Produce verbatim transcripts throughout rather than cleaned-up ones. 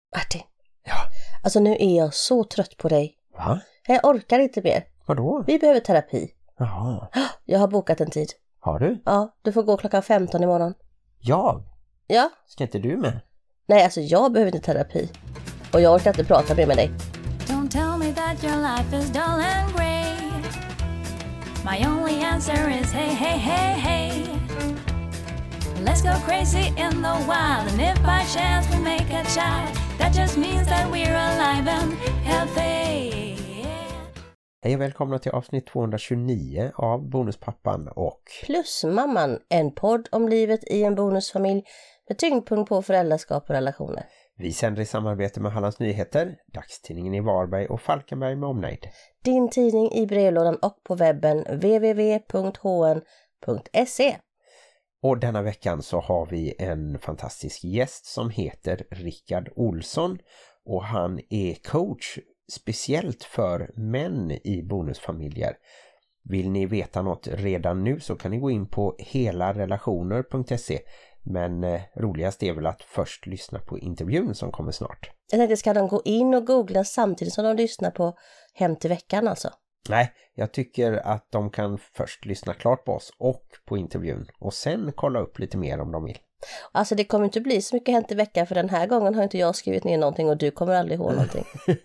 Martin. Ja. Alltså nu är jag så trött på dig. Va? Jag orkar inte mer. Vadå? Vi behöver terapi. Jaha. Jag har bokat en tid. Har du? Ja, du får gå klockan femton imorgon. Jag? Ja. Ska inte du med? Nej, alltså jag behöver inte terapi. Och jag orkar inte prata mer med dig. Don't tell me that your life is dull and grey. My only answer is hey, hey, hey, hey. Let's go crazy in the wild. And if by chance we make a child, that just means that we're alive and healthy. Hej och välkomna till avsnitt tvåhundratjugonio av Bonuspappan och Plusmamman, en podd om livet i en bonusfamilj med tyngdpunkt på föräldraskap och relationer. vi sänder i samarbete med Hallands Nyheter, dagstidningen i Varberg och Falkenberg med omnejd. Din tidning i brevlådan och på webben w w w punkt h n punkt s e. Och denna veckan så har vi en fantastisk gäst som heter Rickard Olsson och han är coach speciellt för män i bonusfamiljer. Vill ni veta något redan nu så kan ni gå in på helarelationer punkt se. Men eh, roligast är väl att först lyssna på intervjun som kommer snart. Jag tänkte, ska de gå in och googla samtidigt som de lyssnar på Hem till veckan alltså? Nej, jag tycker att de kan först lyssna klart på oss och på intervjun och sen kolla upp lite mer om de vill. Alltså det kommer inte bli så mycket Hem till veckan, för den här gången har inte jag skrivit ner någonting och du kommer aldrig ihåg någonting.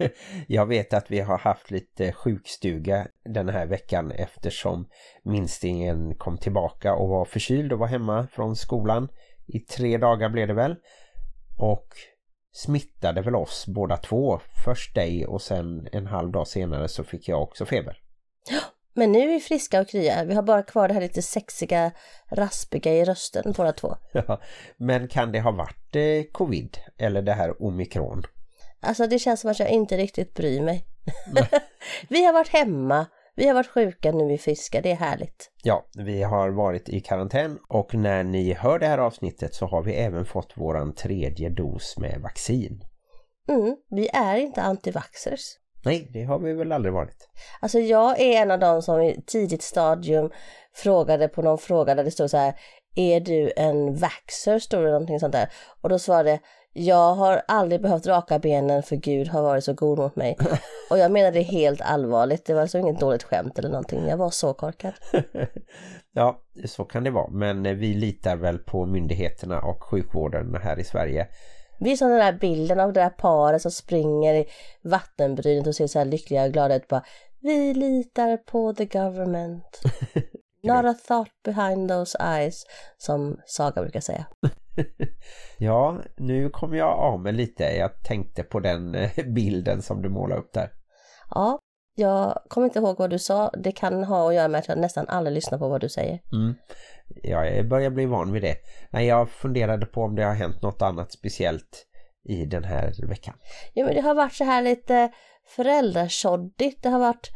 Jag vet att vi har haft lite sjukstuga den här veckan eftersom minstingen kom tillbaka och var förkyld och var hemma från skolan. I tre dagar blev det väl. Och smittade väl oss båda två. Först dig och sen en halv dag senare så fick jag också feber. Men nu är vi friska och krya. Vi har bara kvar det här lite sexiga, raspiga i rösten båda två. Ja, men kan det ha varit eh, covid eller det här omikron? Alltså det känns som att jag inte riktigt bryr mig. Vi har varit hemma. Vi har varit sjuka, nu är vi friska. Det är härligt. Ja, vi har varit i karantän och när ni hör det här avsnittet så har vi även fått våran tredje dos med vaccin. Mm, vi är inte antivaxxers. Nej, det har vi väl aldrig varit. Alltså jag är en av dem som i tidigt stadium frågade på någon fråga där det stod så här: är du en vaxxer? Stod det någonting sånt där. Och då svarade jag har aldrig behövt raka benen för Gud har varit så god mot mig. Och jag menar det helt allvarligt. Det var alltså inget dåligt skämt eller någonting. Jag var så korkad. Ja, så kan det vara. Men vi litar väl på myndigheterna och sjukvården här i Sverige. Vi är som den där bilden av det där paret som springer i vattenbrynet och ser så här lyckliga och glada ut. Bara, vi litar på the government. Not a thought behind those eyes, som Saga brukar säga. Ja, nu kommer jag av mig lite. Jag tänkte på den bilden som du målade upp där. Ja, jag kommer inte ihåg vad du sa. Det kan ha att göra med att jag nästan aldrig lyssnar på vad du säger. Mm. Ja, jag börjar bli van vid det. Nej, jag funderade på om det har hänt något annat speciellt i den här veckan. Jo, men det har varit så här lite föräldrasoddigt. Det har varit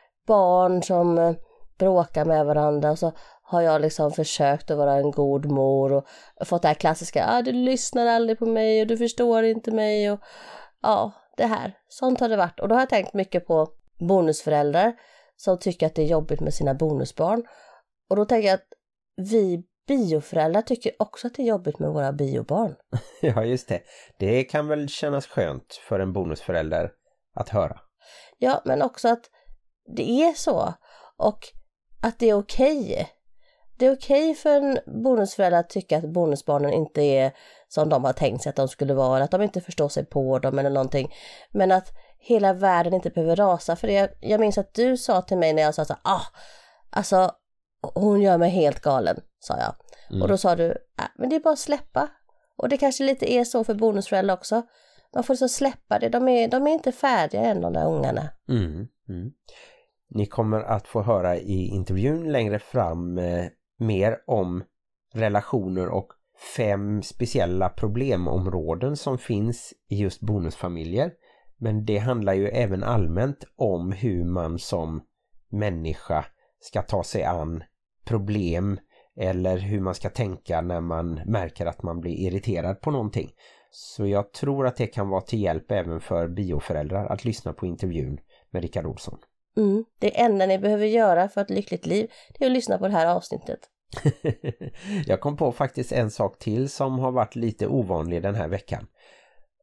barn som bråkar med varandra och så har jag liksom försökt att vara en god mor och fått det här klassiska, ah, du lyssnar aldrig på mig och du förstår inte mig och ja, det här. Sånt har det varit. Och då har jag tänkt mycket på bonusföräldrar som tycker att det är jobbigt med sina bonusbarn. Och då tänker jag att vi bioföräldrar tycker också att det är jobbigt med våra biobarn. Ja, just det. Det kan väl kännas skönt för en bonusförälder att höra. Ja, men också att det är så. Och att det är okej. Det är okej för en bonusförälder att tycka att bonusbarnen inte är som de har tänkt sig att de skulle vara. Att de inte förstår sig på dem eller någonting. Men att hela världen inte behöver rasa. För det, jag minns att du sa till mig när jag sa så ah, alltså hon gör mig helt galen, sa jag. Mm. Och då sa du, ah, men det är bara att släppa. Och det kanske lite är så för bonusföräldrar också. Man får så släppa det. De är, de är inte färdiga än, de där ungarna. Mm, mm. Ni kommer att få höra i intervjun längre fram eh, mer om relationer och fem speciella problemområden som finns i just bonusfamiljer. Men det handlar ju även allmänt om hur man som människa ska ta sig an problem eller hur man ska tänka när man märker att man blir irriterad på någonting. Så jag tror att det kan vara till hjälp även för bioföräldrar att lyssna på intervjun med Rickard Olsson. Mm, det enda ni behöver göra för ett lyckligt liv, det är att lyssna på det här avsnittet. Jag kom på faktiskt en sak till som har varit lite ovanlig den här veckan.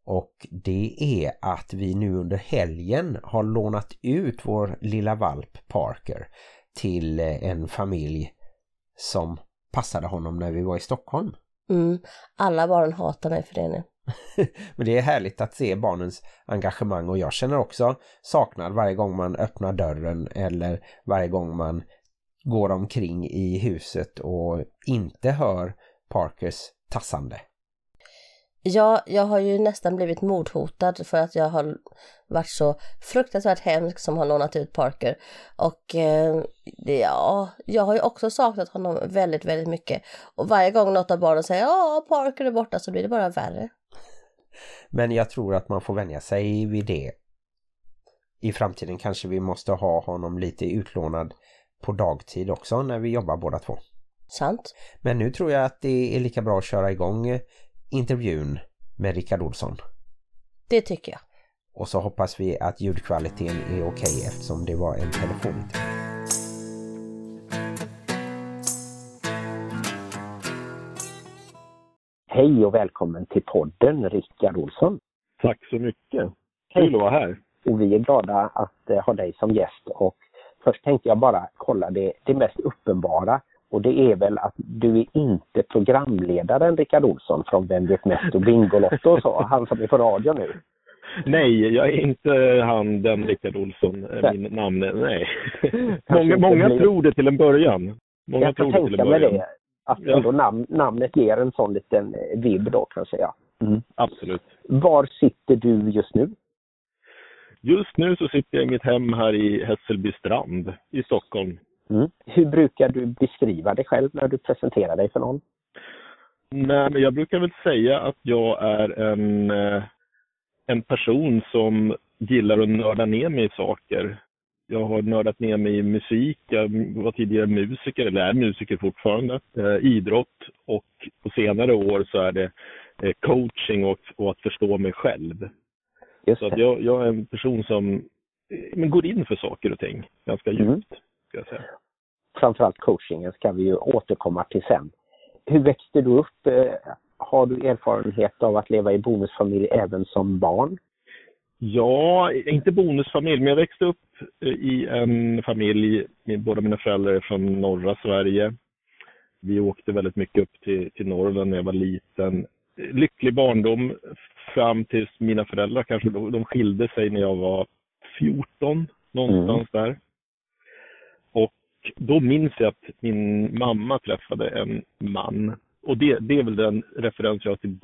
Och det är att vi nu under helgen har lånat ut vår lilla valp Parker till en familj som passade honom när vi var i Stockholm. Mm. Alla barn hatar mig för det nu. Men det är härligt att se barnens engagemang, och jag känner också saknad varje gång man öppnar dörren eller varje gång man går omkring i huset och inte hör Parkers tassande. Ja, jag har ju nästan blivit mordhotad för att jag har varit så fruktansvärt hemsk som har lånat ut Parker. Och eh, det, ja, jag har ju också saknat honom väldigt, väldigt mycket. Och varje gång något av barnen säger ja, Parker är borta, så blir det bara värre. Men jag tror att man får vänja sig vid det. I framtiden kanske vi måste ha honom lite utlånad på dagtid också när vi jobbar båda två. Sant. Men nu tror jag att det är lika bra att köra igång intervjun med Rickard Olsson. Det tycker jag. Och så hoppas vi att ljudkvaliteten är okej eftersom det var en telefonintervju. Hej och välkommen till podden, Rickard Olsson. Tack så mycket. Kul att vara här. Och vi är glada att eh, ha dig som gäst. Och först tänkte jag bara kolla det, det mest uppenbara. Och det är väl att du är inte programledaren Rickard Olsson från Vem vet mest och Bingolotto och så, han som är på radio nu. Nej, jag är inte han, den Rickard Olsson, nej. Min namn är, nej. många många blir... tror det till en början. Många jag tror får det till tänka en början. Med det, att ja. ändå namn, namnet ger en sån liten vibb då, kanske jag. Mm. Absolut. Var sitter du just nu? Just nu så sitter jag i mitt hem här i Hässelby strand i Stockholm. Mm. Hur brukar du beskriva dig själv när du presenterar dig för någon? Nej, men jag brukar väl säga att jag är en, en person som gillar att nörda ner mig i saker. Jag har nördat ner mig i musik, jag var tidigare musiker, eller är musiker fortfarande, eh, idrott, och på senare år så är det eh, coaching och, och att förstå mig själv. Just så att jag, jag är en person som eh, men går in för saker och ting ganska djupt. Mm. Ska jag säga. Framförallt coachingen ska vi ju återkomma till sen. Hur växte du upp? Har du erfarenhet av att leva i bonusfamilj även som barn? Ja, inte bonusfamilj, men jag växte upp i en familj med båda mina föräldrar från norra Sverige. Vi åkte väldigt mycket upp till, till Norrland när jag var liten. Lycklig barndom fram tills mina föräldrar kanske de, de skilde sig när jag var fjorton, någonstans mm. där. Och då minns jag att min mamma träffade en man. Och det, det är väl den referens jag har till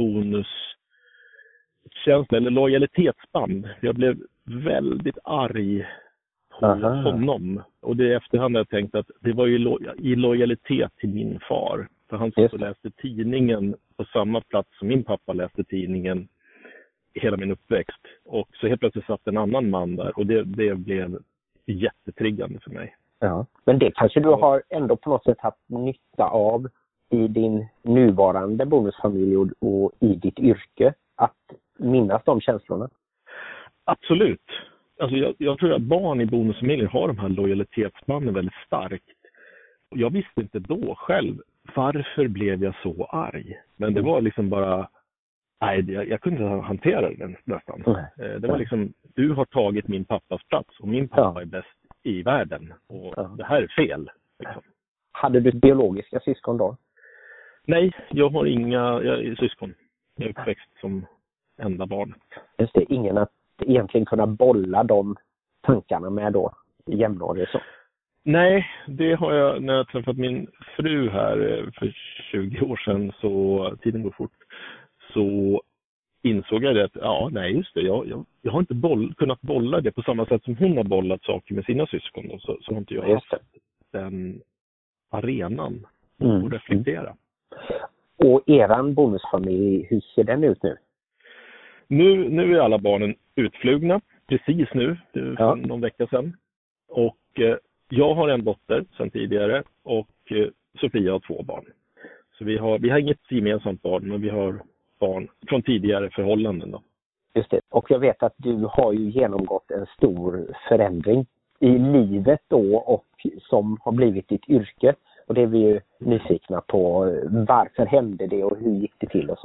bonuskänsla eller lojalitetsband. Jag blev väldigt arg på Aha. honom. Och det är efterhand jag tänkt att det var ju lo- i lojalitet till min far. För han satt och läste tidningen på samma plats som min pappa läste tidningen hela min uppväxt. Och så helt plötsligt satt en annan man där. Och det, det blev jättetriggande för mig. Ja, men det kanske du har ändå på något sätt haft nytta av i din nuvarande bonusfamilj och, och i ditt yrke, att minnas de känslorna? Absolut. Alltså jag, jag tror att barn i bonusfamiljer har de här lojalitetsbanden väldigt starkt. Jag visste inte då själv varför blev jag så arg. Men det var liksom bara, nej, jag, jag kunde inte hantera det nästan. Mm. Det var liksom, du har tagit min pappas plats och min pappa ja. är bäst i världen. Och ja. det här är fel. Liksom. Hade du biologiska syskon då? Nej, jag har inga jag är syskon. Jag är uppväxt som enda barnet. Just det, ingen att egentligen kunna bolla de tankarna med då jämnårig så? Nej, det har jag när jag träffat min fru här för tjugo år sedan, så tiden går fort, så insåg jag det att ja, nej just det, jag, jag, jag har inte boll, kunnat bolla det på samma sätt som hon har bollat saker med sina syskon då, så, så har inte jag haft den arenan mm. att reflektera. Och eran bonusfamilj, hur ser den ut nu? Nu, nu är alla barnen utflugna, precis nu, för ja. någon vecka sedan. Och eh, jag har en dotter sedan tidigare och eh, Sofia har två barn. Så vi har, vi har inget gemensamt barn, men vi har barn från tidigare förhållanden då. Just det, och jag vet att du har ju genomgått en stor förändring i livet då och som har blivit ditt yrke. Och det är vi ju nyfikna på, varför hände det och hur gick det till och så?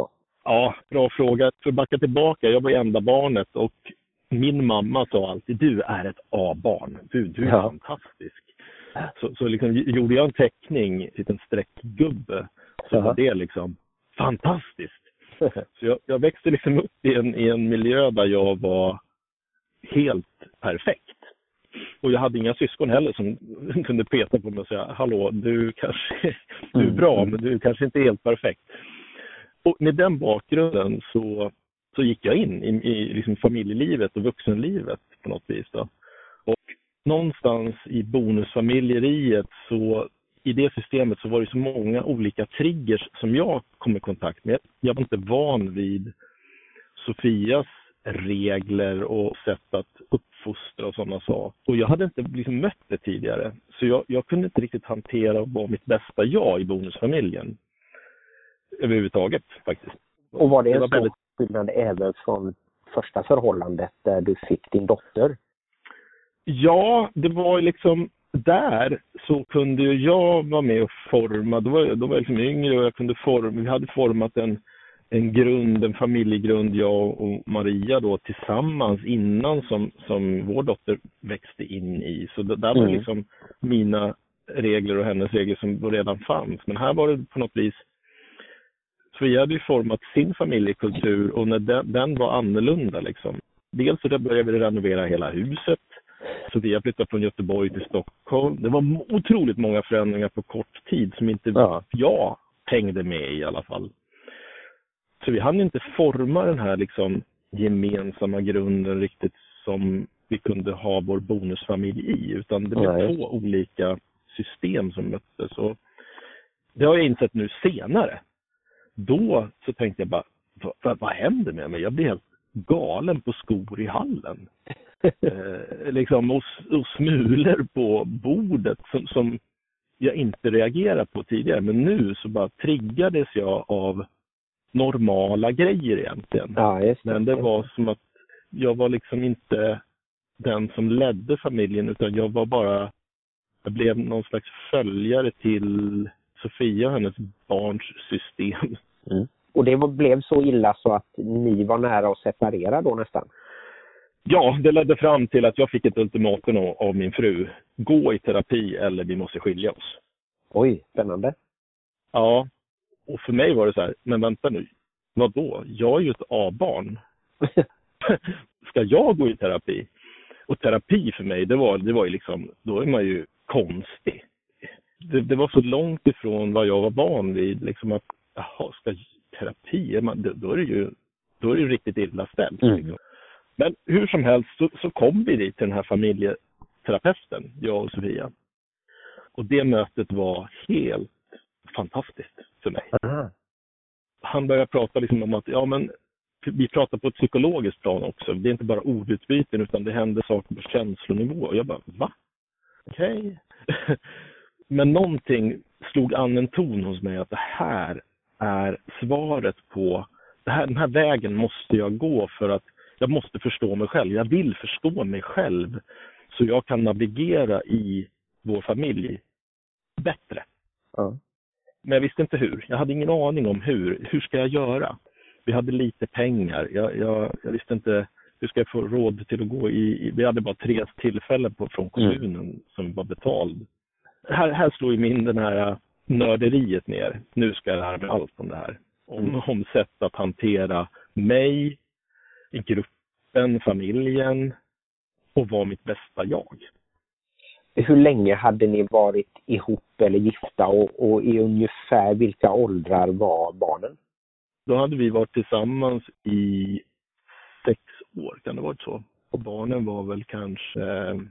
Ja, bra fråga. För att backa tillbaka, jag var enda barnet och min mamma sa alltid, du är ett A-barn. Du, du är ja. fantastisk. Så, så liksom, gjorde jag en teckning, en liten streckgubbe, så ja. var det liksom fantastiskt. Så jag, jag växte liksom upp i en, i en miljö där jag var helt perfekt. Och jag hade inga syskon heller som kunde peta på mig och säga, hallå, du kanske du är bra, men du är kanske inte helt perfekt. Och med den bakgrunden så, så gick jag in i, i liksom familjelivet och vuxenlivet på något vis då. Och någonstans i bonusfamiljeriet, så i det systemet så var det så många olika triggers som jag kom i kontakt med. Jag var inte van vid Sofias regler och sätt att uppfostra och sådana saker. Och jag hade inte liksom mött det tidigare. Så jag, jag kunde inte riktigt hantera och vara mitt bästa jag i bonusfamiljen. Överhuvudtaget faktiskt. Och var det, det en var stor väldigt... skillnad även från första förhållandet där du fick din dotter? Ja, det var liksom där så kunde jag vara med och forma. Då var, då var jag liksom yngre och jag kunde forma. Vi hade format en en grund, en familjegrund, jag och Maria då tillsammans innan som, som vår dotter växte in i. Så det, där var mm. liksom mina regler och hennes regler som redan fanns. Men här var det på något vis, så vi hade ju format sin familjekultur och när den, den var annorlunda liksom. Dels så började vi renovera hela huset. Så vi har flyttat från Göteborg till Stockholm. Det var otroligt många förändringar på kort tid som inte ja. jag hängde med i alla fall. Så vi hann inte forma den här liksom gemensamma grunden riktigt som vi kunde ha vår bonusfamilj i. Utan det blev Nej. två olika system som möttes. Och det har jag insett nu senare. Då så tänkte jag bara, vad, vad händer med mig? Jag blir helt galen på skor i hallen. eh, liksom och, och smulor på bordet som, som jag inte reagerade på tidigare. Men nu så bara triggades jag av normala grejer egentligen. Ja, just det. Men det var som att jag var liksom inte den som ledde familjen, utan jag var bara, jag blev någon slags följare till Sofia och hennes barns system. Mm. Och det var, blev så illa så att ni var nära att separera då nästan? Ja, det ledde fram till att jag fick ett ultimatum av min fru. Gå i terapi eller vi måste skilja oss. Oj, spännande. Ja. Och för mig var det så här, men vänta nu, vadå? Jag är ju ett A-barn. Ska jag gå i terapi? Och terapi för mig, det var, det var ju liksom, då är man ju konstig. Det, det var så långt ifrån vad jag var van vid, liksom att, jaha, ska terapi? Man, då är det ju, då är det ju riktigt illa ställt. Mm. Liksom. Men hur som helst så, så kom vi dit till den här familjeterapeuten, jag och Sofia. Och det mötet var helt fantastiskt för mig. Aha. Han började prata liksom om att ja, men vi pratar på ett psykologiskt plan också. Det är inte bara ordutbyten utan det händer saker på känslonivå. Och jag bara, va? Okej. Okay. Men någonting slog an en ton hos mig att det här är svaret på det här, den här vägen måste jag gå för att jag måste förstå mig själv. Jag vill förstå mig själv så jag kan navigera i vår familj bättre. Ja. Men jag visste inte hur. Jag hade ingen aning om hur. Hur ska jag göra? Vi hade lite pengar. Jag, jag, jag visste inte hur ska jag få råd till att gå i... i vi hade bara tre tillfällen på, från kommunen mm. som var betald. Här, här slår ju min den här nörderiet ner. Nu ska jag lära mig allt om det här. Om, mm. om sätt att hantera mig, gruppen, familjen och vara mitt bästa jag. Hur länge hade ni varit ihop eller gifta och, och i ungefär vilka åldrar var barnen? Då hade vi varit tillsammans i sex år, kan det varit så. Och barnen var väl kanske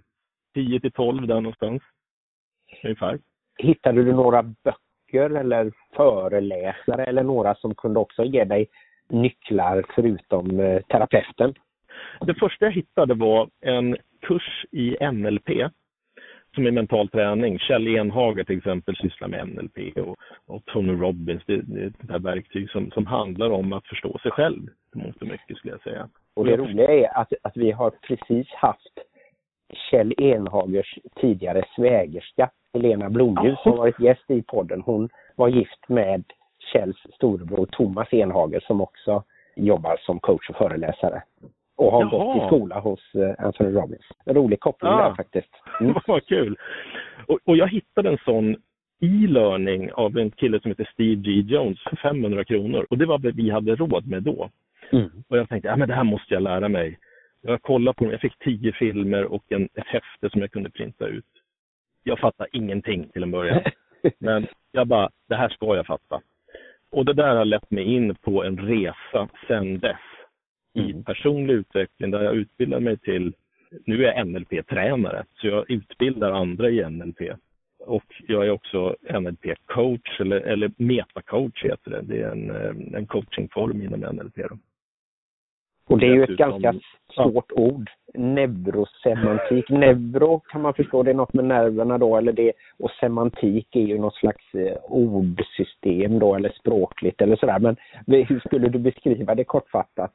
tio till tolv där någonstans. Ungefär. Hittade du några böcker eller föreläsare eller några som kunde också ge dig nycklar förutom eh, terapeuten? Det första jag hittade var en kurs i N L P som är mental träning. Kjell Enhager till exempel sysslar med N L P och, och Tony Robbins, det, det är ett här verktyg som, som handlar om att förstå sig själv. Det måste mycket skulle jag säga. Och det roliga är att, att vi har precis haft Kjell Enhagers tidigare svägerska Helena Blomljus som varit gäst i podden. Hon var gift med Kjells storebror Thomas Enhager som också jobbar som coach och föreläsare. Och har Jaha. gått i skola hos Anthony Robbins. En rolig koppling ah. där faktiskt. Mm. Vad kul. Och, och jag hittade en sån e-learning av en kille som heter Steve G. Jones för femhundra kronor. Och det var vad vi hade råd med då. Mm. Och jag tänkte, ja men det här måste jag lära mig. Jag kollade på dem, jag fick tio filmer och en, ett häfte som jag kunde printa ut. Jag fattade ingenting till en början. Men jag bara, det här ska jag fatta. Och det där har lett mig in på en resa sedan dess. I mm. personlig utveckling där jag utbildar mig till, nu är jag N L P-tränare. Så jag utbildar andra i N L P. Och jag är också N L P-coach eller, eller metacoach heter det. Det är en, en coachingform inom N L P då. Och det är ju ett ganska svårt ja. ord. Neurosemantik. Neuro kan man förstå, det är något med nerverna då. Eller det, och semantik är ju något slags ordsystem då, eller språkligt eller sådär. Men hur skulle du beskriva det kortfattat?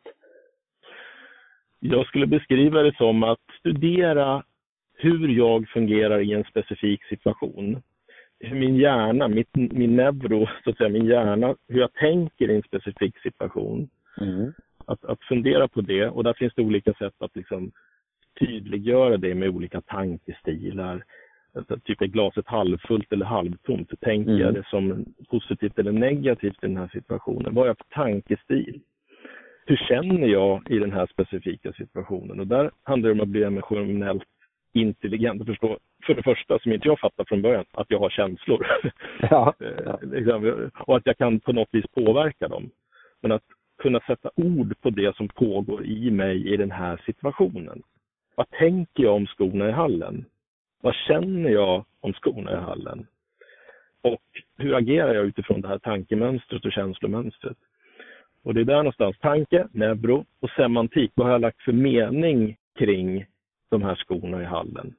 Jag skulle beskriva det som att studera hur jag fungerar i en specifik situation. Hur min hjärna, mitt, min neuro, så att säga, min hjärna, hur jag tänker i en specifik situation. Mm. Att, att fundera på det, och där finns det olika sätt att liksom tydliggöra det med olika tankestilar. Alltså, typ är glaset halvfullt eller halvtomt, så tänker mm. jag det som positivt eller negativt i den här situationen. Vad är jag för tankestil? Hur känner jag i den här specifika situationen? Och där handlar det om att bli emotionellt intelligent och förstå, för det första, som inte jag fattar från början, att jag har känslor. Ja, ja. Och att jag kan på något vis påverka dem. Men att kunna sätta ord på det som pågår i mig i den här situationen. Vad tänker jag om skorna i hallen? Vad känner jag om skorna i hallen? Och hur agerar jag utifrån det här tankemönstret och känslomönstret? Och det är där någonstans tanke, neuro och semantik. Vad har jag lagt för mening kring de här skorna i hallen?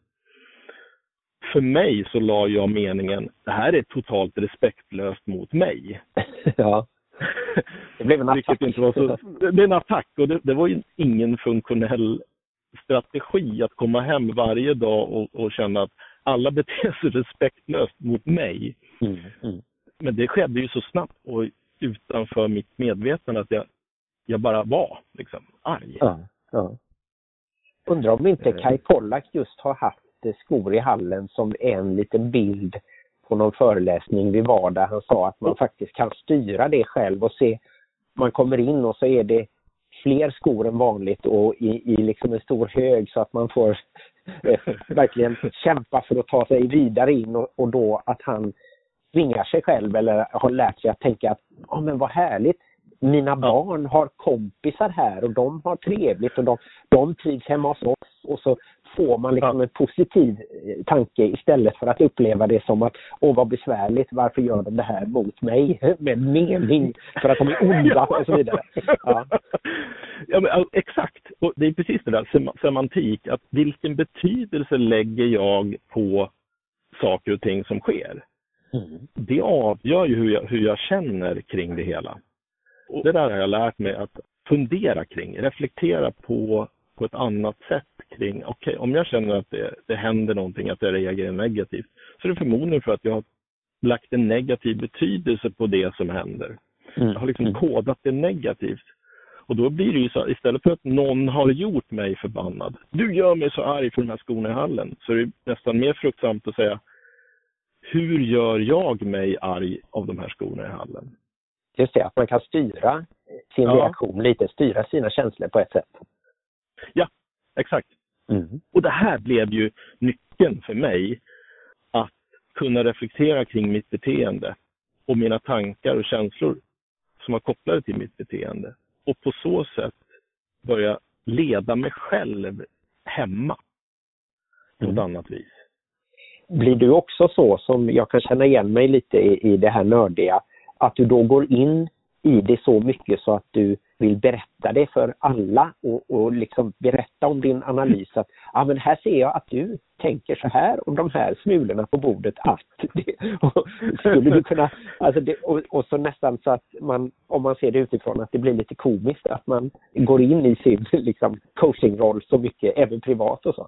För mig så la jag meningen, det här är totalt respektlöst mot mig. Ja. Det blev en attack. Inte var så, det är en attack, och det, det var ju ingen funktionell strategi att komma hem varje dag och, och känna att alla beter sig respektlöst mot mig. Mm, mm. Men det skedde ju så snabbt och utanför mitt medvetande att jag, jag bara var liksom arg. Ja, ja. Undrar om inte Kai Pollak just har haft skor i hallen som en liten bild på någon föreläsning vi var där. Han sa att man faktiskt kan styra det själv och se, man kommer in och så är det fler skor än vanligt och i, i liksom en stor hög, så att man får eh, verkligen kämpa för att ta sig vidare in, och, och då att han tvingar sig själv eller har lärt sig att tänka att ja, men vad härligt, mina barn har kompisar här och de har trevligt och de, de trivs hemma hos oss, och så får man liksom en positiv tanke istället för att uppleva det som att åh vad besvärligt, varför gör de det här mot mig, med mening för att de är onda och så vidare. Ja. Ja, men, exakt, och det är precis det där sem- semantik, att vilken betydelse lägger jag på saker och ting som sker. Mm. Det avgör ju hur jag, hur jag känner kring det hela. Och det där har jag lärt mig att fundera kring, reflektera på på ett annat sätt kring, okej, okay, om jag känner att det, det händer någonting, att jag reagerar negativt, så är det förmodligen för att jag har lagt en negativ betydelse på det som händer. Mm. Jag har liksom mm. kodat det negativt. Och då blir det ju så, istället för att någon har gjort mig förbannad, du gör mig så arg för de här skorna i hallen, så är det nästan mer fruktsamt att säga, hur gör jag mig arg av de här skorna i hallen? Just det, att man kan styra sin ja. reaktion lite, styra sina känslor på ett sätt. Ja, exakt. Mm. Och det här blev ju nyckeln för mig att kunna reflektera kring mitt beteende och mina tankar och känslor som var kopplade till mitt beteende. Och på så sätt börja leda mig själv hemma på mm. ett annat vis. Blir du också så, som jag kan känna igen mig lite i, i det här nördiga, att du då går in i det så mycket så att du vill berätta det för alla och, och liksom berätta om din analys, att ah, men här ser jag att du tänker så här om de här smulorna på bordet, att det, och skulle du kunna alltså det, och, och så nästan så att man, om man ser det utifrån, att det blir lite komiskt att man går in i sin liksom coachingroll så mycket, även privat och så.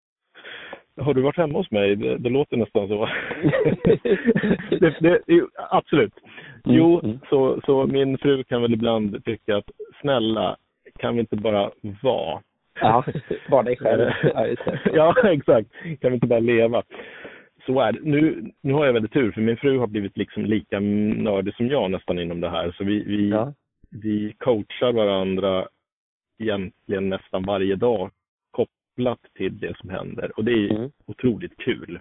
Har du varit hemma hos mig? Det, det låter nästan så. det, det, absolut. Jo, mm. så, så min fru kan väl ibland tycka att snälla, kan vi inte bara vara? Ja, bara dig själv. Ja, just det. Ja, exakt. Kan vi inte bara leva? Så är det. Nu, nu har jag väldigt tur, för min fru har blivit liksom lika nördig som jag nästan inom det här. Så vi, vi, Ja. vi coachar varandra egentligen nästan varje dag kopplat till det som händer. Och det är Mm. otroligt kul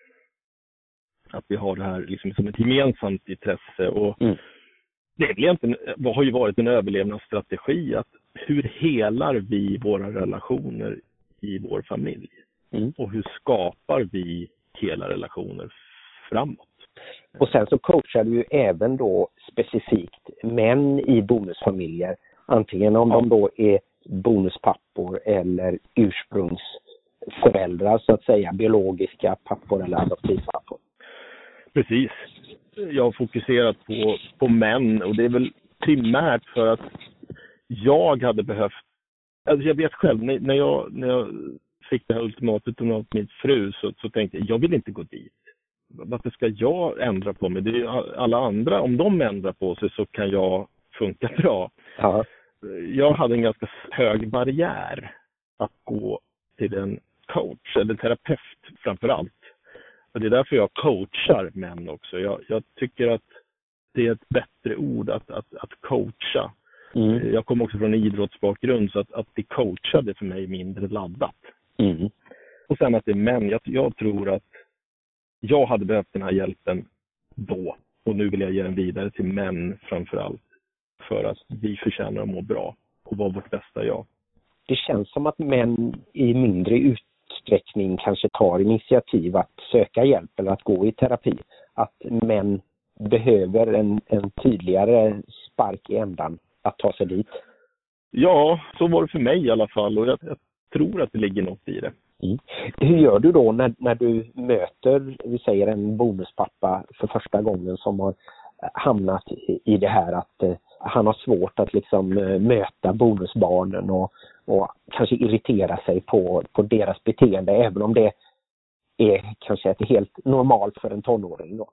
att vi har det här liksom som ett gemensamt intresse. Och Mm. det är väl egentligen, vad har ju varit en överlevnadsstrategi, att hur helar vi våra relationer i vår familj? Mm. Och hur skapar vi hela relationer framåt? Och sen så coachar du ju även då specifikt män i bonusfamiljer. Antingen om Ja. de då är bonuspappor eller ursprungsföräldrar så att säga. Biologiska pappor eller adoptivpappor. Precis. Jag har fokuserat på, på män, och det är väl primärt för att jag hade behövt, alltså jag vet själv, när, när, jag, när jag fick det här ultimatet av min fru så, så tänkte jag, jag vill inte gå dit. Varför ska jag ändra på mig? Det är ju alla andra, om de ändrar på sig så kan jag funka bra. Ja. Jag hade en ganska hög barriär att gå till en coach eller terapeut framför allt. Och det är därför jag coachar män också. Jag, jag tycker att det är ett bättre ord att, att, att coacha. Mm. Jag kommer också från en idrottsbakgrund, så att, att bli coachad är för mig mindre laddat. Mm. Och sen att det är män. Jag, jag tror att jag hade behövt den här hjälpen då. Och nu vill jag ge den vidare till män framför allt. För att vi förtjänar att må bra och vara vårt bästa jag. Det känns som att män i mindre utsträckning kanske tar initiativ att söka hjälp eller att gå i terapi. Att män behöver en, en tydligare spark i ändan att ta sig dit. Ja, så var det för mig i alla fall, och jag, jag tror att det ligger något i det. Mm. Hur gör du då när, när du möter, vi säger en bonuspappa för första gången som har hamnat i, i det här att eh, han har svårt att liksom eh, möta bonusbarnen och, och kanske irritera sig på, på deras beteende, även om det är kanske ett helt normalt för en tonåring då?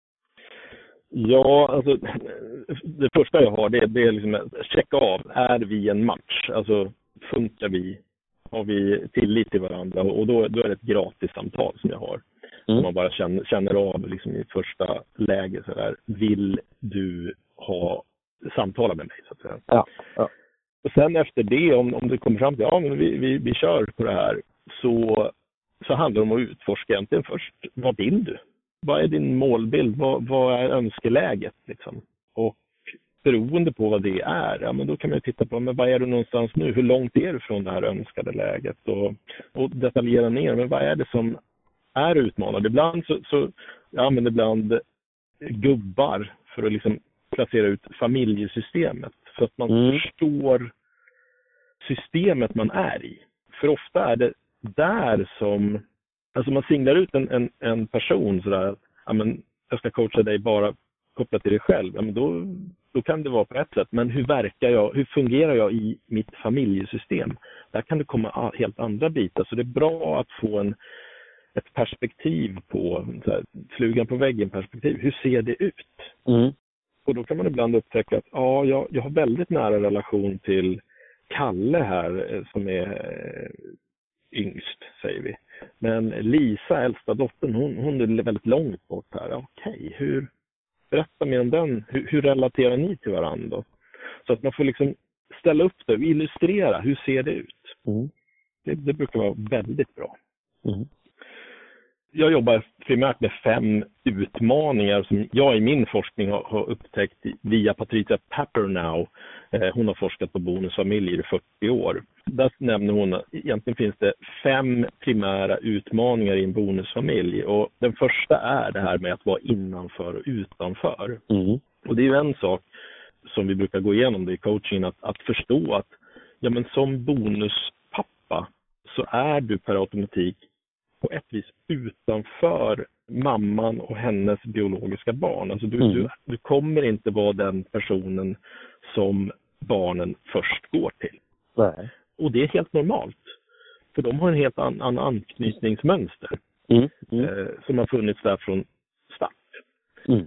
Ja, alltså det första jag har, det, det är liksom att checka av, är vi en match? Alltså funkar vi? Har vi tillit till varandra? Och då, då är det ett gratis samtal som jag har. Mm. Man bara känner, känner av liksom i första läge så där, vill du ha samtala med mig så att säga. Ja, ja. Och sen efter det, om, om det kommer fram till, ja men vi, vi, vi kör på det här, så, så handlar det om att utforska egentligen först, vad vill du? Vad är din målbild? Vad, vad är önskeläget liksom? Och beroende på vad det är, ja men då kan man ju titta på, men vad är du någonstans nu? Hur långt är du från det här önskade läget? Och, och detaljera ner, men vad är det som är utmanande? Ibland så, så jag använder ibland gubbar för att liksom placera ut familjesystemet. Så att man mm. förstår systemet man är i. För ofta är det där som, alltså man singlar ut en, en, en person sådär, ja men jag ska coacha dig bara kopplat till dig själv. Ja men då, då kan det vara på ett sätt. Men hur verkar jag, hur fungerar jag i mitt familjesystem? Där kan det komma helt andra bitar. Så det är bra att få en ett perspektiv på, så här, flugan på väggen perspektiv. Hur ser det ut? Mm. Och då kan man ibland upptäcka att ja, jag, jag har väldigt nära relation till Kalle här som är yngst, säger vi. Men Lisa, äldsta dottern, hon, hon är väldigt långt bort här. Okej, hur, berätta mer om den. Hur, hur relaterar ni till varandra? Så att man får liksom ställa upp det och illustrera. Hur ser det ut? Mm. Det, det brukar vara väldigt bra. Mm. Jag jobbar primärt med fem utmaningar som jag i min forskning har, har upptäckt via Patricia Papernow. Eh, hon har forskat på bonusfamiljer i fyrtio år. Där nämner hon att egentligen finns det fem primära utmaningar i en bonusfamilj. Och den första är det här med att vara innanför och utanför. Mm. Och det är ju en sak som vi brukar gå igenom det i coachingen, att, att förstå att ja, men som bonuspappa så är du per automatik på ett vis utanför mamman och hennes biologiska barn. Alltså du, mm. du, du kommer inte vara den personen som barnen först går till. Nej. Och det är helt normalt. För de har en helt annan an, anknytningsmönster. Mm. Mm. Eh, som har funnits där från start. Mm.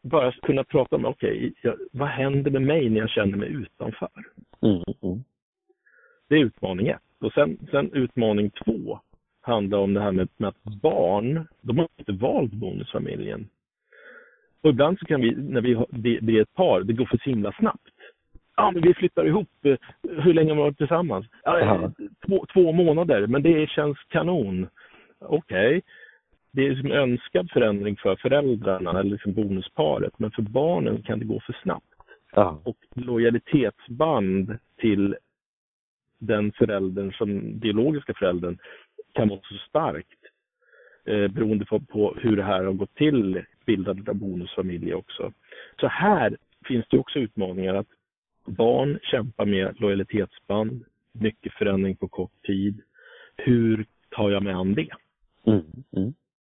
bara kunna prata om, okej, okay, vad händer med mig när jag känner mig utanför? Mm, mm. Det är utmaning ett. Och sen, sen utmaning två handlar om det här med, med att barn, de har inte valt bonusfamiljen. Och ibland så kan vi, när vi blir ett par, det går för himla snabbt. Ja, men vi flyttar ihop. Hur länge har vi varit tillsammans? Ja, två, två månader, men det känns kanon. Okej. Okay. Det är liksom önskad förändring för föräldrarna eller liksom bonusparet, men för barnen kan det gå för snabbt. Ja. Och lojalitetsband till den föräldern som biologiska föräldern kan vara så starkt eh, beroende på, på hur det här har gått till bildandet av bonusfamilj också. Så här finns det också utmaningar att barn kämpar med lojalitetsband, mycket förändring på kort tid. Hur tar jag mig an det? Mm, mm.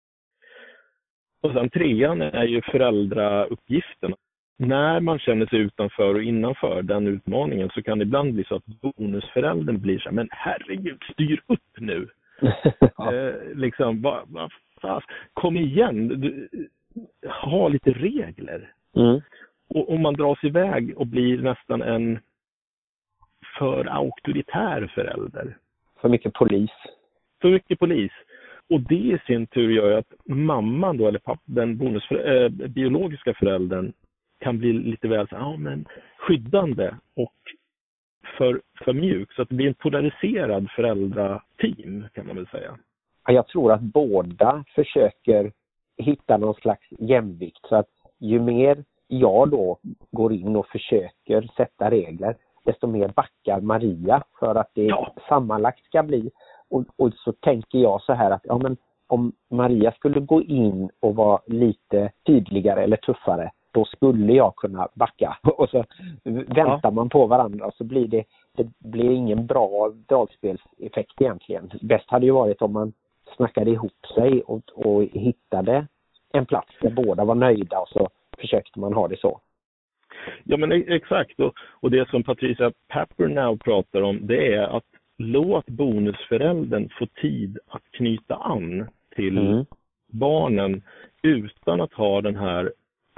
Och sen trean är ju föräldrauppgiften. När man känner sig utanför och innanför den utmaningen så kan det ibland bli så att bonusföräldern blir så här, men herregud, styr upp nu. Ja. eh, liksom, va, va, va, kom igen, du, ha lite regler. Mm. Och om man dras iväg och blir nästan en för auktoritär förälder. För mycket polis. För mycket polis. Och det i sin tur gör att mamman då, eller papp, den bonus, äh, biologiska föräldern kan bli lite väl så, ja, men skyddande och för, för mjuk. Så att det blir en polariserad föräldrateam kan man väl säga. Ja, jag tror att båda försöker hitta någon slags jämvikt. Så att ju mer jag då går in och försöker sätta regler, desto mer backar Maria för att det Ja. sammanlagt ska bli. Och, och så tänker jag så här att ja, men om Maria skulle gå in och vara lite tydligare eller tuffare, då skulle jag kunna backa. Och så väntar ja. man på varandra och så blir det, det blir ingen bra dragspelseffekt egentligen. Bäst hade ju varit om man snackade ihop sig och, och hittade en plats där båda var nöjda och så försökte man ha det så. Ja, men exakt. Och, och det som Patricia Pappernow pratar om, det är att låt bonusföräldern få tid att knyta an till mm. barnen utan att ha den här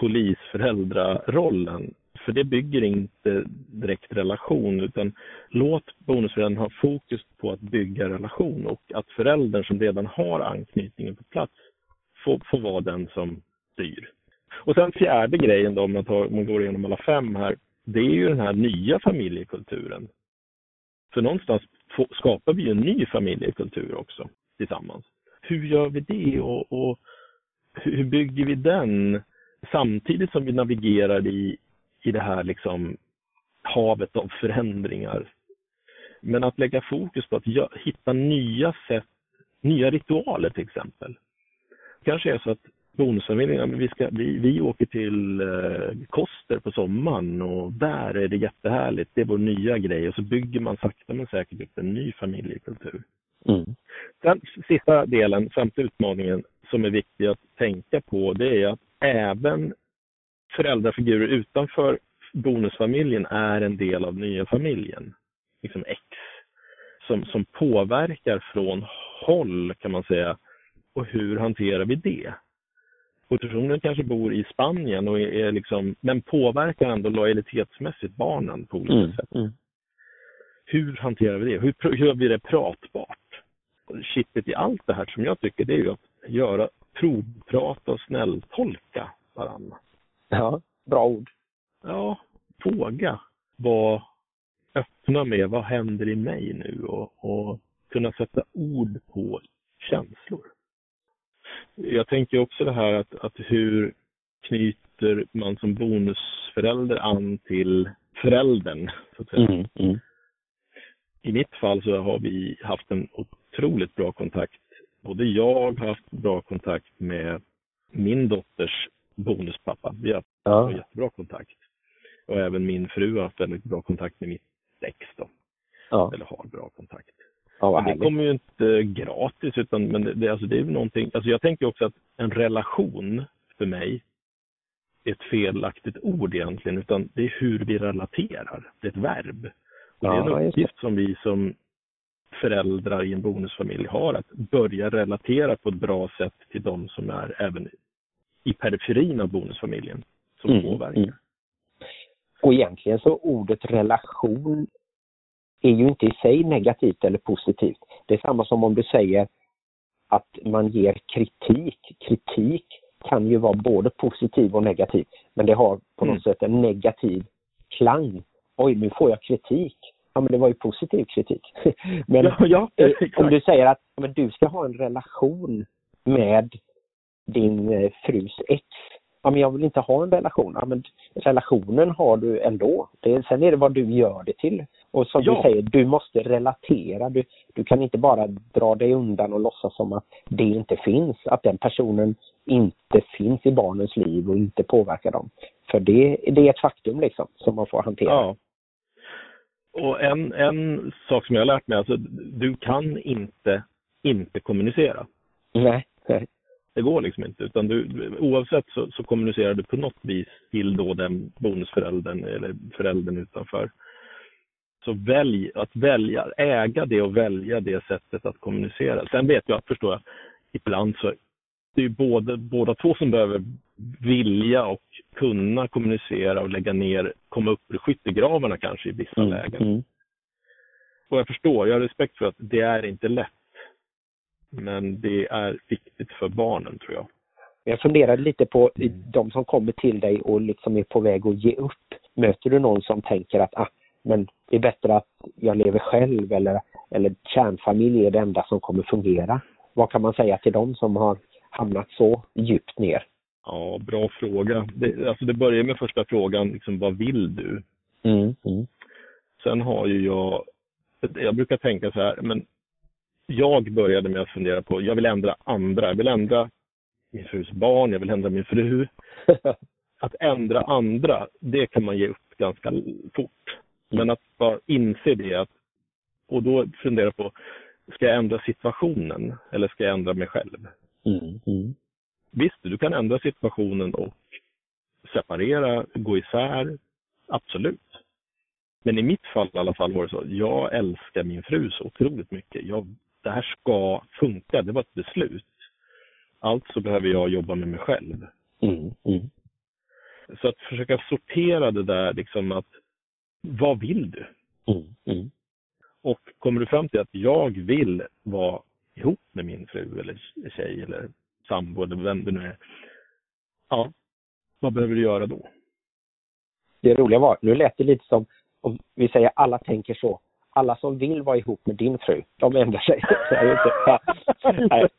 polisföräldrarollen. För det bygger inte direkt relation, utan låt bonusföräldern ha fokus på att bygga relation och att föräldern som redan har anknytningen på plats får, får vara den som styr. Och sen fjärde grejen då, om man, tar, om man går igenom alla fem här, det är ju den här nya familjekulturen. För någonstans få, skapar vi en ny familjekultur också tillsammans. Hur gör vi det och, och hur bygger vi den samtidigt som vi navigerar i, i det här liksom havet av förändringar. Men att lägga fokus på att gö- hitta nya sätt, nya ritualer till exempel. Kanske är så att bonusfamiljen, vi, ska, vi, vi åker till eh, Koster på sommaren och där är det jättehärligt. Det är vår nya grej och så bygger man sakta men säkert upp en ny familjekultur. Mm. Sen sista delen, femte utmaningen som är viktig att tänka på, det är att även föräldrafigurer utanför bonusfamiljen är en del av nya familjen. Liksom X. Som, som påverkar från håll kan man säga. Och hur hanterar vi det? Och personen kanske bor i Spanien och är, är liksom, men påverkar ändå lojalitetsmässigt barnen på olika mm. sätt. Mm. Hur hanterar vi det? Hur, hur gör vi det pratbart? Kittet i allt det här som jag tycker, det är ju att göra provprata och snälltolka varandra. Ja, bra ord. Ja, våga vara öppna med vad händer i mig nu och, och kunna sätta ord på känslor. Jag tänker också det här att, att hur knyter man som bonusförälder an till föräldern så att säga. Mm, mm. I mitt fall så har vi haft en otroligt bra kontakt. Både jag har haft bra kontakt med min dotters bonuspappa. Vi har ja. haft jättebra kontakt. Och även min fru har haft väldigt bra kontakt med mitt ex då. Ja. Eller har bra kontakt. Ja, det kommer ju inte gratis utan men det, det, alltså det är någonting. Alltså jag tänker också att en relation för mig är ett felaktigt ord egentligen, utan det är hur vi relaterar. Det är ett verb. Och ja, det är en uppgift som vi som föräldrar i en bonusfamilj har, att börja relatera på ett bra sätt till de som är även i periferin av bonusfamiljen. som Mm. påverkar. Mm. Och egentligen så ordet relation är ju inte i sig negativt eller positivt. Det är samma som om du säger att man ger kritik. Kritik kan ju vara både positiv och negativ. Men det har på något mm. sätt en negativ klang. Oj, nu får jag kritik. Ja, men det var ju positiv kritik. Men ja, ja, om du säger att men du ska ha en relation med din eh, frus ex. Ja, men jag vill inte ha en relation. Ja, men relationen har du ändå. Det, sen är det vad du gör det till. Och som ja. du säger, du måste relatera. Du, du kan inte bara dra dig undan och låtsas som att det inte finns. Att den personen inte finns i barnens liv och inte påverkar dem. För det, det är ett faktum liksom som man får hantera. Ja. Och en, en sak som jag har lärt mig, alltså du kan inte inte kommunicera. Nej, nej. Det går liksom inte, utan du, oavsett så, så kommunicerar du på något vis till då den bonusföräldern eller föräldern utanför. Så välj, att välja, äga det och välja det sättet att kommunicera. Sen vet jag, förstår jag, ibland så det är ju både, båda två som behöver vilja och kunna kommunicera och lägga ner, komma upp i skyttegravarna kanske i vissa mm, lägen. Mm. Och jag förstår, jag har respekt för att det är inte lätt. Men det är viktigt för barnen, tror jag. Jag funderade lite på de som kommer till dig och liksom är på väg att ge upp. Möter du någon som tänker att ah, men det är bättre att jag lever själv eller, eller kärnfamilj är det enda som kommer fungera? Vad kan man säga till dem som har hamnat så djupt ner? Ja, bra fråga. Det, alltså det börjar med första frågan, liksom, vad vill du? Mm, mm. Sen har ju jag, jag brukar tänka så här, men jag började med att fundera på, jag vill ändra andra. Jag vill ändra min frus barn, jag vill ändra min fru. Att ändra andra, det kan man ge upp ganska fort. Men att bara inse det, att, och då fundera på, ska jag ändra situationen eller ska jag ändra mig själv? Mm, mm. Visst, du kan ändra situationen och separera, gå isär, absolut. Men i mitt fall i alla fall var det så, jag älskar min fru så otroligt mycket. Jag, det här ska funka, det var ett beslut. Alltså behöver jag jobba med mig själv. Mm, mm. Så att försöka sortera det där, liksom att, vad vill du? Mm, mm. Och kommer du fram till att jag vill vara ihop med min fru eller tjej eller sambo eller vem det nu är. Ja, vad behöver du göra då? Det roliga var, nu lät det lite som om vi säger alla tänker så. Alla som vill vara ihop med din fru, de ändrar sig. Nej.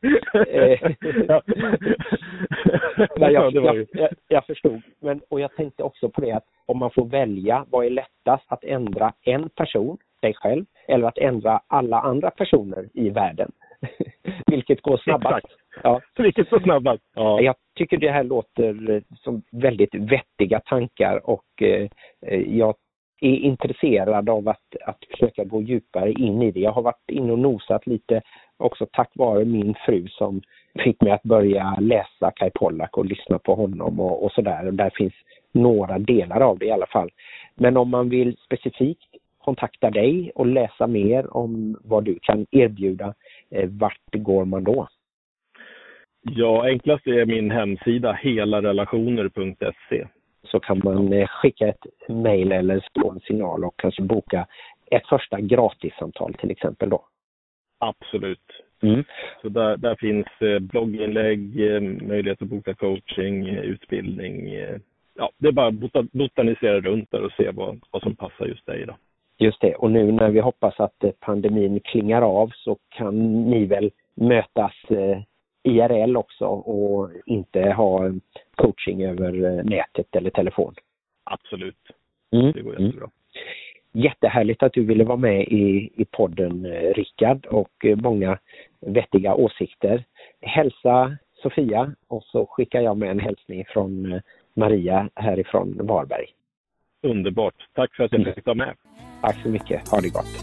Nej, jag, jag, jag, jag förstod. Men, och jag tänkte också på det att om man får välja, vad är lättast att ändra en person, dig själv, eller att ändra alla andra personer i världen? Vilket går snabbast. Ja. Vilket går snabbast. Ja. Jag tycker det här låter som väldigt vettiga tankar och eh, jag är intresserad av att, att försöka gå djupare in i det. Jag har varit inne och nosat lite också tack vare min fru som fick mig att börja läsa Kai Pollak och lyssna på honom och, och sådär. Där finns några delar av det i alla fall. Men om man vill specifikt kontakta dig och läsa mer om vad du kan erbjuda, eh, vart går man då? Ja, enklast är min hemsida helarelationer punkt se. Så kan man eh, skicka ett mejl eller slå en signal och kanske boka ett första gratissamtal till exempel då. Absolut. Mm. Så där, där finns eh, blogginlägg, eh, möjlighet att boka coaching, eh, utbildning. Eh, ja, det är bara att botanisera runt där och se vad, vad som passar just dig då. Just det, och nu när vi hoppas att pandemin klingar av så kan ni väl mötas eh, I R L också och inte ha coaching över nätet eller telefon. Absolut, mm. det går jättebra. Jättehärligt att du ville vara med i, i podden, Rickard, och många vettiga åsikter. Hälsa Sofia och så skickar jag med en hälsning från Maria härifrån Varberg. Underbart, tack för att jag fick ta med. Tack så mycket, ha det gott.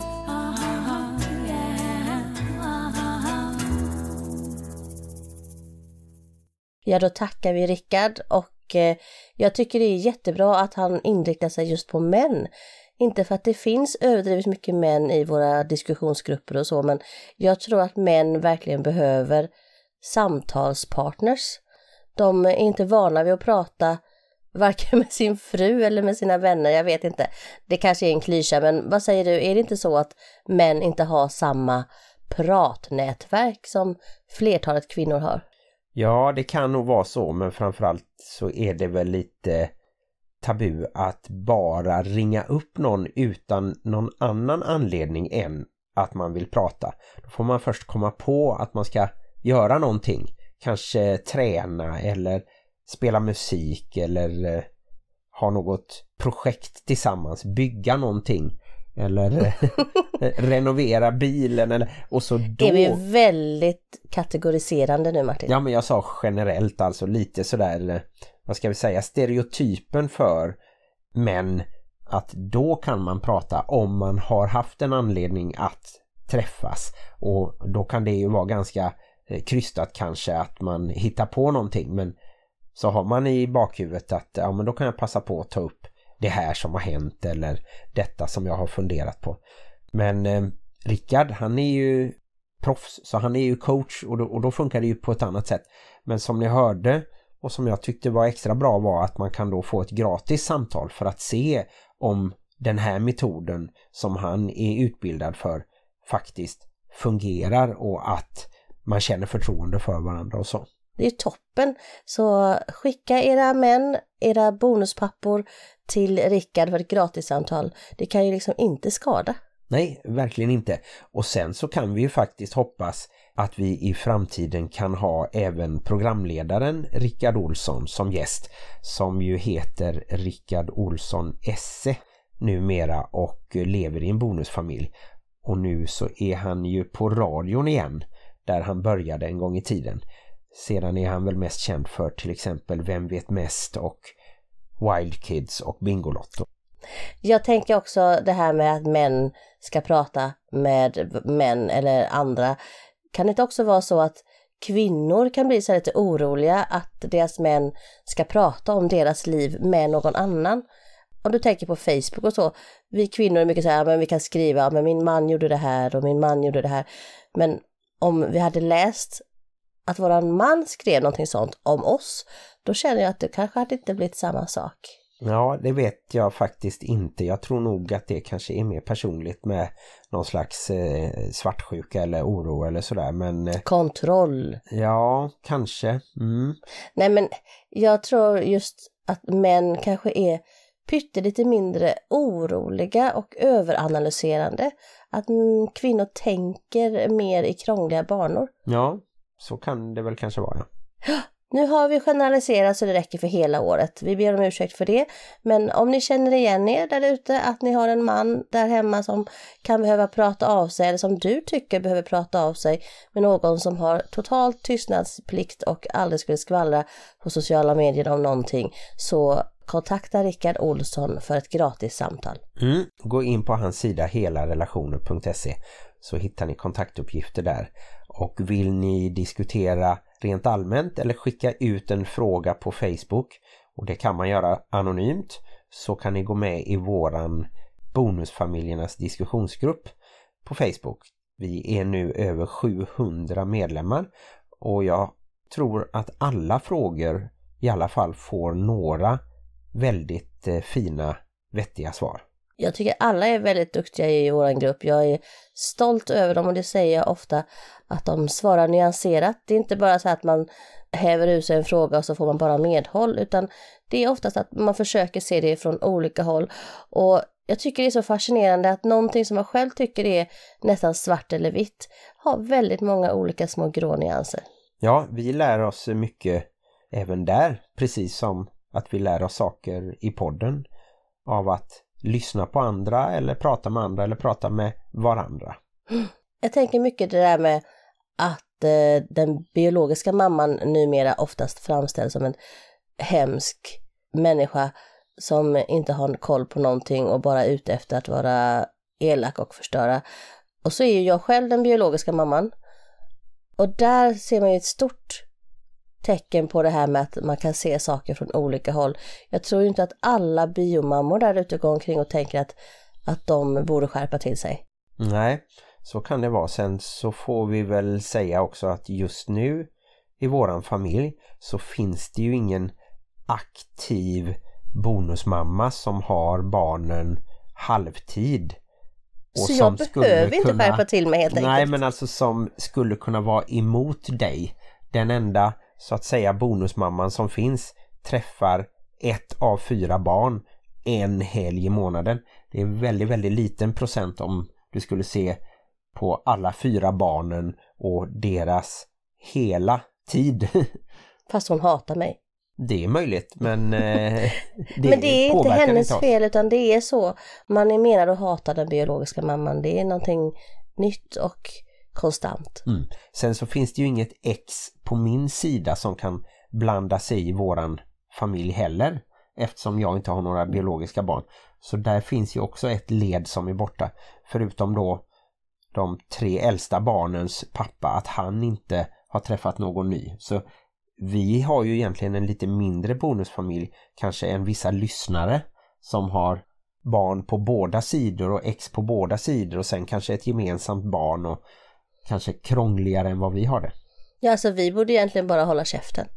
Ja, då tackar vi Rickard och eh, jag tycker det är jättebra att han inriktar sig just på män. Inte för att det finns överdrivet mycket män i våra diskussionsgrupper och så, men jag tror att män verkligen behöver samtalspartners. De är inte vana vid att prata varken med sin fru eller med sina vänner, jag vet inte. Det kanske är en klyscha, men vad säger du, är det inte så att män inte har samma pratnätverk som flertalet kvinnor har? Ja, det kan nog vara så, men framförallt så är det väl lite tabu att bara ringa upp någon utan någon annan anledning än att man vill prata. Då får man först komma på att man ska göra någonting. Kanske träna eller spela musik eller eh, ha något projekt tillsammans, bygga någonting eller renovera bilen eller, och så då... Är vi väldigt kategoriserande nu, Martin? Ja, men jag sa generellt, alltså lite sådär, vad ska vi säga, stereotypen för män, att då kan man prata om man har haft en anledning att träffas, och då kan det ju vara ganska eh, krystat kanske att man hittar på någonting, men så har man i bakhuvudet att ja, men då kan jag passa på att ta upp det här som har hänt eller detta som jag har funderat på. Men eh, Rickard, han är ju proffs, så han är ju coach, och då, och då funkar det ju på ett annat sätt. Men som ni hörde, och som jag tyckte var extra bra, var att man kan då få ett gratis samtal för att se om den här metoden som han är utbildad för faktiskt fungerar och att man känner förtroende för varandra och så. Det är toppen. Så skicka era män, era bonuspappor till Rickard för ett gratissamtal. Det kan ju liksom inte skada. Nej, verkligen inte. Och sen så kan vi ju faktiskt hoppas att vi i framtiden kan ha även programledaren Rickard Olsson som gäst, som ju heter Rickard Olsson Esse numera och lever i en bonusfamilj. Och nu så är han ju på radion igen, där han började en gång i tiden. Sedan är han väl mest känd för till exempel Vem vet mest och Wild Kids och Bingolotto. Jag tänker också det här med att män ska prata med män eller andra. Kan det inte också vara så att kvinnor kan bli så lite oroliga att deras män ska prata om deras liv med någon annan? Om du tänker på Facebook och så. Vi kvinnor är mycket så här, men vi kan skriva, men min man gjorde det här och min man gjorde det här. Men om vi hade läst att våran man skrev någonting sånt om oss, då känner jag att det kanske hade inte blivit samma sak. Ja, det vet jag faktiskt inte. Jag tror nog att det kanske är mer personligt med någon slags eh, svartsjuka eller oro eller sådär. Men, eh, kontroll. Ja, kanske. Mm. Nej, men jag tror just att män kanske är pyttelite mindre oroliga och överanalyserande. Att mm, kvinnor tänker mer i krångliga banor. Ja, så kan det väl kanske vara. Ja. Nu har vi generaliserat så det räcker för hela året. Vi ber om ursäkt för det. Men om ni känner igen er där ute, att ni har en man där hemma som kan behöva prata av sig, eller som du tycker behöver prata av sig med någon som har totalt tystnadsplikt och aldrig skulle skvallra på sociala medier om någonting, så kontakta Rickard Olsson för ett gratis samtal. Mm. Gå in på hans sida helarelationer punkt se så hittar ni kontaktuppgifter där. Och vill ni diskutera rent allmänt eller skicka ut en fråga på Facebook, och det kan man göra anonymt, så kan ni gå med i våran bonusfamiljernas diskussionsgrupp på Facebook. Vi är nu över sjuhundra medlemmar och jag tror att alla frågor i alla fall får några väldigt eh, fina, vettiga svar. Jag tycker alla är väldigt duktiga i vår grupp. Jag är stolt över dem, och det säger jag ofta, att de svarar nyanserat. Det är inte bara så att man häver ut sig en fråga och så får man bara medhåll, utan det är oftast att man försöker se det från olika håll. Och jag tycker det är så fascinerande att någonting som man själv tycker är nästan svart eller vitt har väldigt många olika små grå nyanser. Ja, vi lär oss mycket även där, precis som att vi lär oss saker i podden av att lyssna på andra eller prata med andra eller prata med varandra. Jag tänker mycket det där med att eh, den biologiska mamman numera oftast framställs som en hemsk människa som inte har koll på någonting och bara är ute efter att vara elak och förstöra. Och så är ju jag själv den biologiska mamman. Och där ser man ju ett stort tecken på det här med att man kan se saker från olika håll. Jag tror ju inte att alla biomammor där ute går omkring och tänker att, att de borde skärpa till sig. Nej, så kan det vara. Sen så får vi väl säga också att just nu i våran familj så finns det ju ingen aktiv bonusmamma som har barnen halvtid. Och så som jag behöver inte kunna, skärpa till mig helt enkelt. Nej, men alltså som skulle kunna vara emot dig. Den enda, så att säga, bonusmamman som finns träffar ett av fyra barn en helg i månaden. Det är väldigt, väldigt liten procent om du skulle se på alla fyra barnen och deras hela tid. Fast hon hatar mig. Det är möjligt, men eh, det, men det är inte hennes inte fel, utan det är så. Man är menad att hata den biologiska mamman. Det är någonting nytt och konstant. Mm. Sen så finns det ju inget ex på min sida som kan blanda sig i våran familj heller, eftersom jag inte har några biologiska barn. Så där finns ju också ett led som är borta, förutom då de tre äldsta barnens pappa, att han inte har träffat någon ny. Så vi har ju egentligen en lite mindre bonusfamilj, kanske än vissa lyssnare som har barn på båda sidor och ex på båda sidor och sen kanske ett gemensamt barn och kanske krångligare än vad vi har det. Ja, alltså vi borde egentligen bara hålla käften.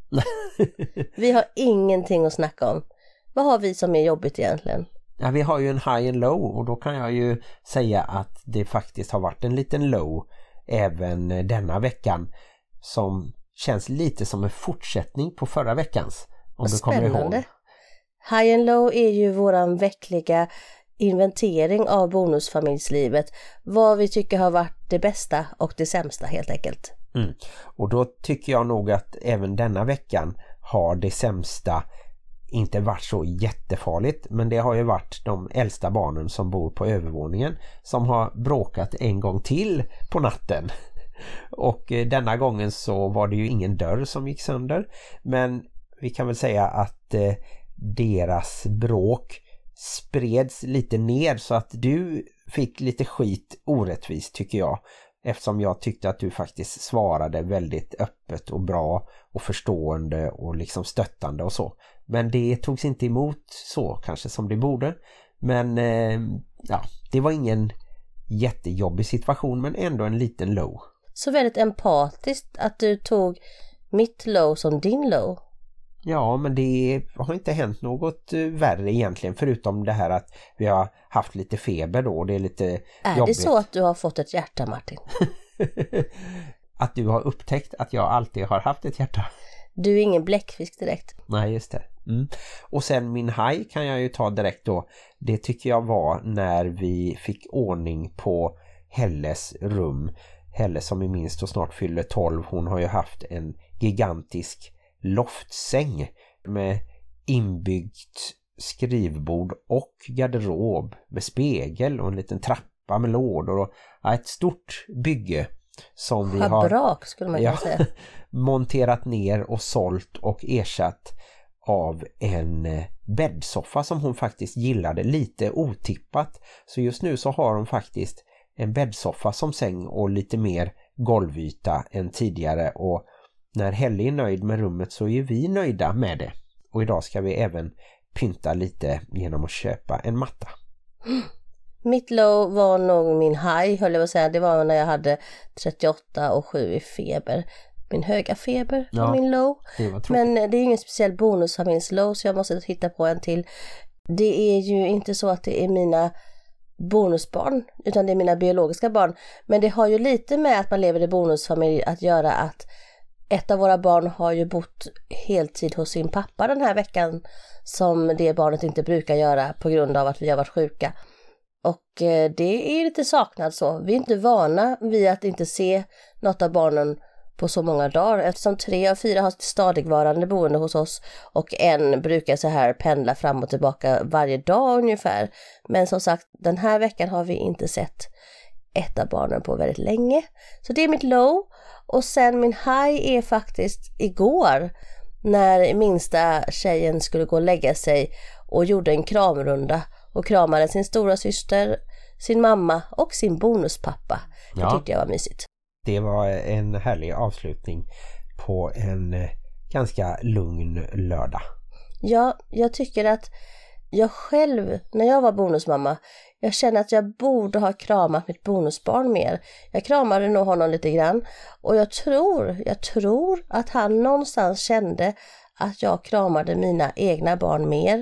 Vi har ingenting att snacka om. Vad har vi som är jobbigt egentligen? Ja, vi har ju en high and low, och då kan jag ju säga att det faktiskt har varit en liten low även denna veckan som känns lite som en fortsättning på förra veckans. Om du kommer ihåg. High and low är ju våran veckliga inventering av bonusfamiljslivet. Vad vi tycker har varit det bästa och det sämsta helt enkelt. Mm. Och då tycker jag nog att även denna veckan har det sämsta inte varit så jättefarligt, men det har ju varit de äldsta barnen som bor på övervåningen som har bråkat en gång till på natten. Och eh, denna gången så var det ju ingen dörr som gick sönder, men vi kan väl säga att eh, deras bråk spreds lite ner så att du fick lite skit orättvist, tycker jag. Eftersom jag tyckte att du faktiskt svarade väldigt öppet och bra och förstående och liksom stöttande och så. Men det togs inte emot så kanske som det borde. Men eh, ja, det var ingen jättejobbig situation, men ändå en liten low. Så väldigt empatiskt att du tog mitt low som din low. Ja, men det har inte hänt något värre egentligen, förutom det här att vi har haft lite feber då. Det är lite Är jobbigt. det så att du har fått ett hjärta, Martin? Att du har upptäckt att jag alltid har haft ett hjärta. Du är ingen bläckfisk direkt. Nej, just det. Mm. Och sen min haj kan jag ju ta direkt då. Det tycker jag var när vi fick ordning på Helles rum. Helle som är minst och snart fyller tolv. Hon har ju haft en gigantisk loftsäng med inbyggt skrivbord och garderob med spegel och en liten trappa med lådor och ja, ett stort bygge som vi har Schabrak, skulle man kunna ja, säga. monterat ner och sålt och ersatt av en bäddsoffa som hon faktiskt gillade, lite otippat. Så just nu så har hon faktiskt en bäddsoffa som säng och lite mer golvyta än tidigare, och när Helle är nöjd med rummet så är vi nöjda med det. Och idag ska vi även pynta lite genom att köpa en matta. Mitt low var nog min high, höll jag att säga. Det var när jag hade trettioåtta och sju i feber. Min höga feber var ja, min low. Det Men det är ingen speciell bonusfamiljs low, så jag måste hitta på en till. Det är ju inte så att det är mina bonusbarn, utan det är mina biologiska barn. Men det har ju lite med att man lever i bonusfamilj att göra att ett av våra barn har ju bott heltid hos sin pappa den här veckan, som det barnet inte brukar göra på grund av att vi har varit sjuka. Och det är lite saknad så. Vi är inte vana vid att inte se något av barnen på så många dagar, eftersom tre av fyra har stadigvarande boende hos oss och en brukar så här pendla fram och tillbaka varje dag ungefär. Men som sagt, den här veckan har vi inte sett ett av barnen på väldigt länge. Så det är mitt low. Och sen min high är faktiskt igår när minsta tjejen skulle gå och lägga sig och gjorde en kramrunda och kramade sin stora syster, sin mamma och sin bonuspappa. Det ja. tyckte jag var mysigt. Det var en härlig avslutning på en ganska lugn lördag. Ja, jag tycker att jag själv, när jag var bonusmamma, jag känner att jag borde ha kramat mitt bonusbarn mer. Jag kramade nog honom lite grann och jag tror, jag tror att han någonstans kände att jag kramade mina egna barn mer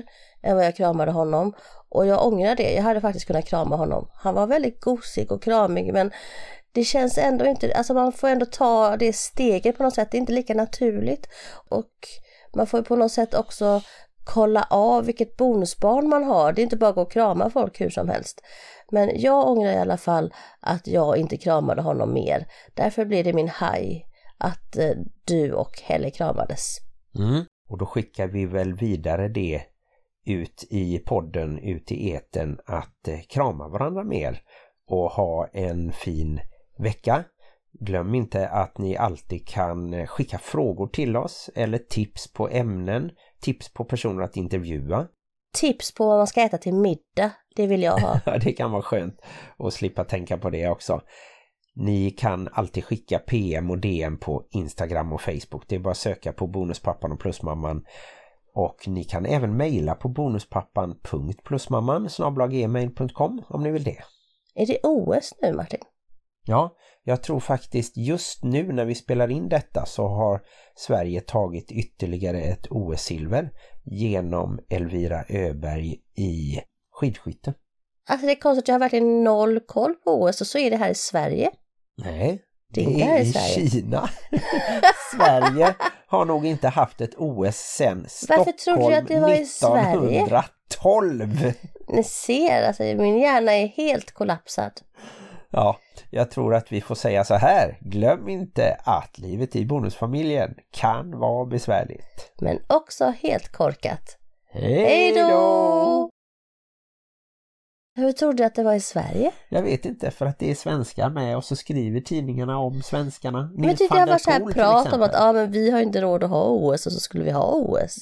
än vad jag kramade honom. Och jag ångrar det. Jag hade faktiskt kunnat krama honom. Han var väldigt gosig och kramig, men det känns ändå inte, alltså man får ändå ta det steget på något sätt. Det är inte lika naturligt. Och man får på något sätt också kolla av vilket bonusbarn man har. Det är inte bara att gå och krama folk hur som helst. Men jag ångrar i alla fall att jag inte kramade honom mer. Därför blir det min haj att eh, du och Helle kramades. Mm. Och då skickar vi väl vidare det ut i podden, ut i eten, att eh, krama varandra mer och ha en fin vecka. Glöm inte att ni alltid kan skicka frågor till oss eller tips på ämnen, tips på personer att intervjua. Tips på vad man ska äta till middag, det vill jag ha. Det kan vara skönt att slippa tänka på det också. Ni kan alltid skicka P M och D M på Instagram och Facebook. Det är bara att söka på Bonuspappan och Plusmamman. Och ni kan även mejla på bonuspappan punkt plusmamman snabel-a gmail punkt com om ni vill det. Är det O S nu, Martin? Ja, jag tror faktiskt just nu när vi spelar in detta så har Sverige tagit ytterligare ett O S-silver genom Elvira Öberg i skidskytte. Alltså det är konstigt, jag har verkligen noll koll på O S och så är det här i Sverige. Nej, det, det är, är i i Sverige. Kina. Sverige har nog inte haft ett O S sen Stockholm. Varför trodde du att det var i Sverige? nittonhundratolv. Ni ser, alltså min hjärna är helt kollapsad. Ja, jag tror att vi får säga så här. Glöm inte att livet i bonusfamiljen kan vara besvärligt. Men också helt korkat. Hej då! Hur trodde du att det var i Sverige? Jag vet inte, för att det är svenskar med och så skriver tidningarna om svenskarna. Men tyckte jag var så här prat om att ah, men vi har inte råd att ha O S och så skulle vi ha O S.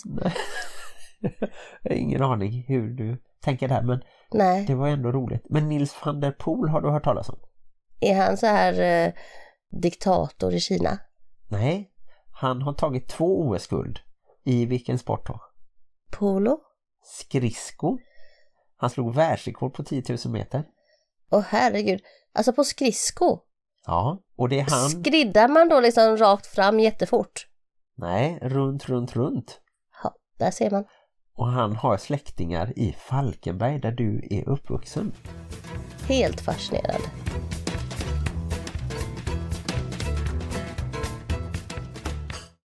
Jag har ingen aning hur du tänker där, men nej. Det var ändå roligt. Men Nils van der Poel har du hört talas om? Är han så här eh, diktator i Kina? Nej, han har tagit två O S-guld. I vilken sport då? Polo? Skridsko. Han slog världsrekord på tio tusen meter. Åh herregud, alltså på skridsko? Ja, och det är han... Skriddar man då liksom rakt fram jättefort? Nej, runt, runt, runt. Ja, där ser man. Och han har släktingar i Falkenberg där du är uppvuxen. Helt fascinerande.